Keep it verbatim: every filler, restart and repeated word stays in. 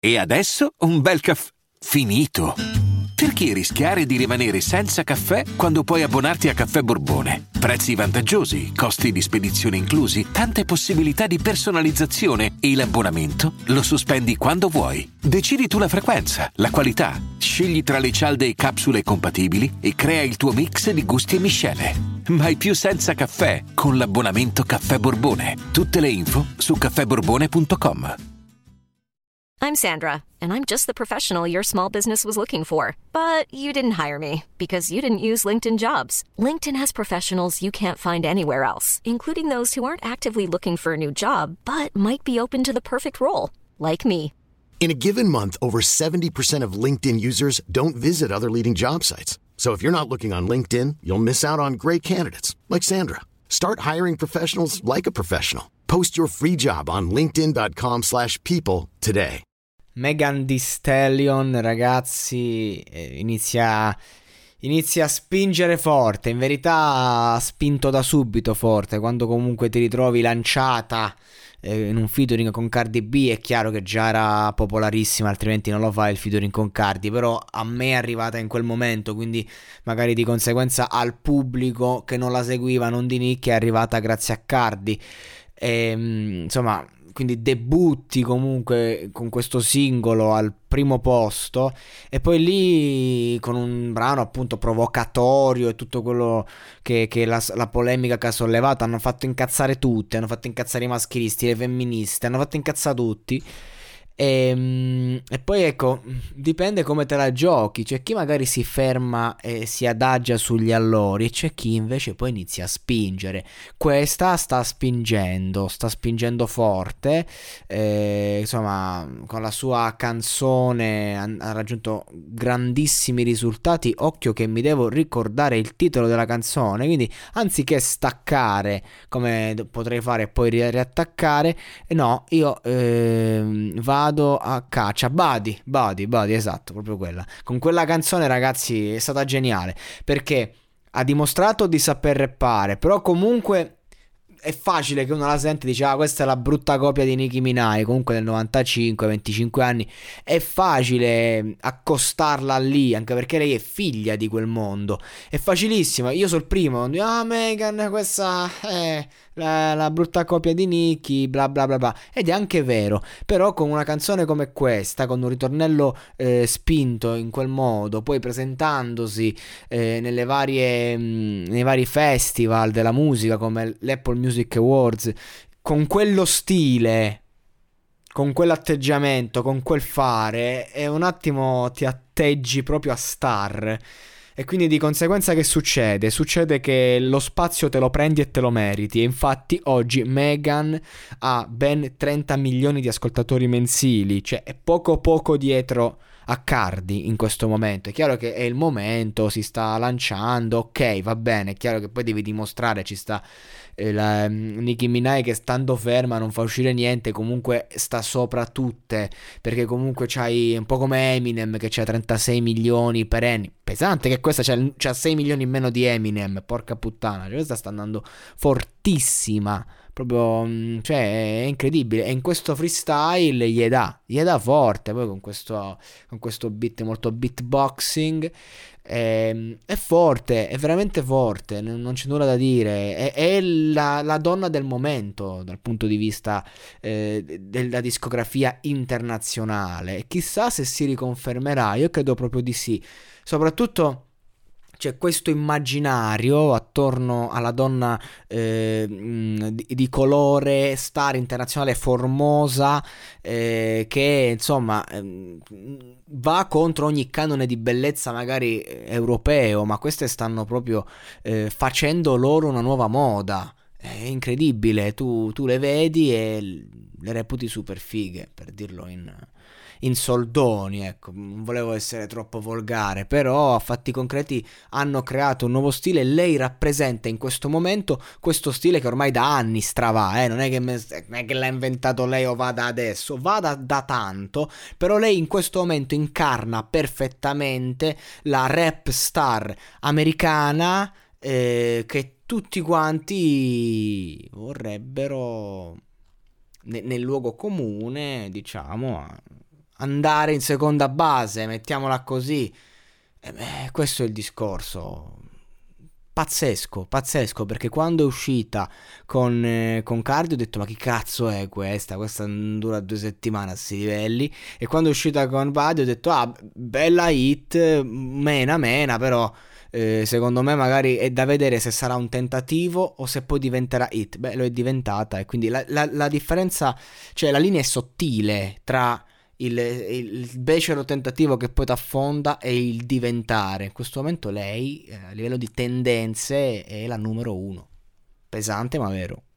E adesso un bel caffè finito. Perché rischiare di rimanere senza caffè quando puoi abbonarti a Caffè Borbone? Prezzi vantaggiosi, costi di spedizione inclusi, tante possibilità di personalizzazione e l'abbonamento lo sospendi quando vuoi. Decidi tu la frequenza, la qualità, scegli tra le cialde e capsule compatibili e crea il tuo mix di gusti e miscele. Mai più senza caffè con l'abbonamento Caffè Borbone. Tutte le info su caffè borbone punto com. I'm Sandra, and I'm just the professional your small business was looking for. But you didn't hire me because you didn't use LinkedIn Jobs. LinkedIn has professionals you can't find anywhere else, including those who aren't actively looking for a new job, but might be open to the perfect role, like me. In a given month, over seventy percent of LinkedIn users don't visit other leading job sites. So if you're not looking on LinkedIn, you'll miss out on great candidates like Sandra. Start hiring professionals like a professional. Post your free job on linkedin dot com slash people today. Megan Thee Stallion, ragazzi, eh, inizia, inizia a spingere forte. In verità ha spinto da subito forte. Quando comunque ti ritrovi lanciata eh, in un featuring con Cardi B, è chiaro che già era popolarissima, altrimenti non lo fa il featuring con Cardi. Però a me è arrivata in quel momento, quindi magari di conseguenza al pubblico che non la seguiva, non di nicchia, è arrivata grazie a Cardi. E, insomma, quindi debutti comunque con questo singolo al primo posto e poi lì con un brano appunto provocatorio e tutto quello che, che la, la polemica che ha sollevato, hanno fatto incazzare tutti, hanno fatto incazzare i maschilisti, le femministe, hanno fatto incazzare tutti. E, e poi ecco, dipende come te la giochi. C'è chi magari si ferma e si adagia sugli allori, e c'è chi invece poi inizia a spingere. Questa sta spingendo, sta spingendo forte, eh, insomma con la sua canzone ha, ha raggiunto grandissimi risultati. Occhio che mi devo ricordare il titolo della canzone, quindi anziché staccare come potrei fare e poi ri- riattaccare, no, io eh, vado a caccia. Body, Body, Body, esatto, proprio quella. Con quella canzone, ragazzi, è stata geniale, perché ha dimostrato di saper rappare, però comunque è facile che uno la sente e dice ah, questa è la brutta copia di Nicki Minaj, comunque del novantacinque, venticinque anni. È facile accostarla lì, anche perché lei è figlia di quel mondo. È facilissimo. Io sono il primo, ah Megan, questa è la, la brutta copia di Nicki, bla bla bla bla. Ed è anche vero, però con una canzone come questa, con un ritornello eh, spinto in quel modo, poi presentandosi eh, nelle varie mh, nei vari festival della musica come l'Apple Music Awards, con quello stile, con quell'atteggiamento, con quel fare, e un attimo ti atteggi proprio a star. E quindi di conseguenza che succede? Succede che lo spazio te lo prendi e te lo meriti. E infatti oggi Megan ha ben trenta milioni di ascoltatori mensili, cioè è poco poco dietro a Cardi in questo momento. È chiaro che è il momento, si sta lanciando, ok, va bene, è chiaro che poi devi dimostrare, ci sta eh, la, um, Nicki Minaj che stando ferma non fa uscire niente, comunque sta sopra tutte, perché comunque c'hai un po' come Eminem che c'ha trentasei milioni perenni, pesante che questa c'ha, c'ha sei milioni in meno di Eminem, porca puttana, cioè questa sta andando fortissima, proprio, cioè è incredibile, e in questo freestyle gli dà, gli dà forte, poi con questo, con questo beat molto beatboxing, è, è forte, è veramente forte, non, non c'è nulla da dire, è, è la, la donna del momento dal punto di vista eh, della discografia internazionale, e chissà se si riconfermerà, io credo proprio di sì, soprattutto c'è questo immaginario attorno alla donna eh, di, di colore, star internazionale, formosa, eh, che insomma eh, va contro ogni canone di bellezza magari europeo, ma queste stanno proprio eh, facendo loro una nuova moda. È incredibile, tu, tu le vedi e le reputi super fighe, per dirlo in... in soldoni, ecco, non volevo essere troppo volgare, però a fatti concreti hanno creato un nuovo stile. Lei rappresenta in questo momento questo stile che ormai da anni strava, eh? non, è che me, non è che l'ha inventato lei o va da adesso, va da, da tanto, però lei in questo momento incarna perfettamente la rap star americana eh, che tutti quanti vorrebbero nel luogo comune, diciamo, andare in seconda base, mettiamola così. E beh, questo è il discorso. Pazzesco, pazzesco, perché quando è uscita con, eh, con Cardio ho detto ma che cazzo è questa? Questa non dura due settimane a sti livelli. E quando è uscita con Badi ho detto ah, bella hit, mena mena, però eh, secondo me magari è da vedere se sarà un tentativo o se poi diventerà hit. Beh, lo è diventata, e quindi la, la, la differenza, cioè la linea è sottile tra il, il becero tentativo che poi ti affonda e il diventare. In questo momento lei, eh, a livello di tendenze, è la numero uno. Pesante ma vero.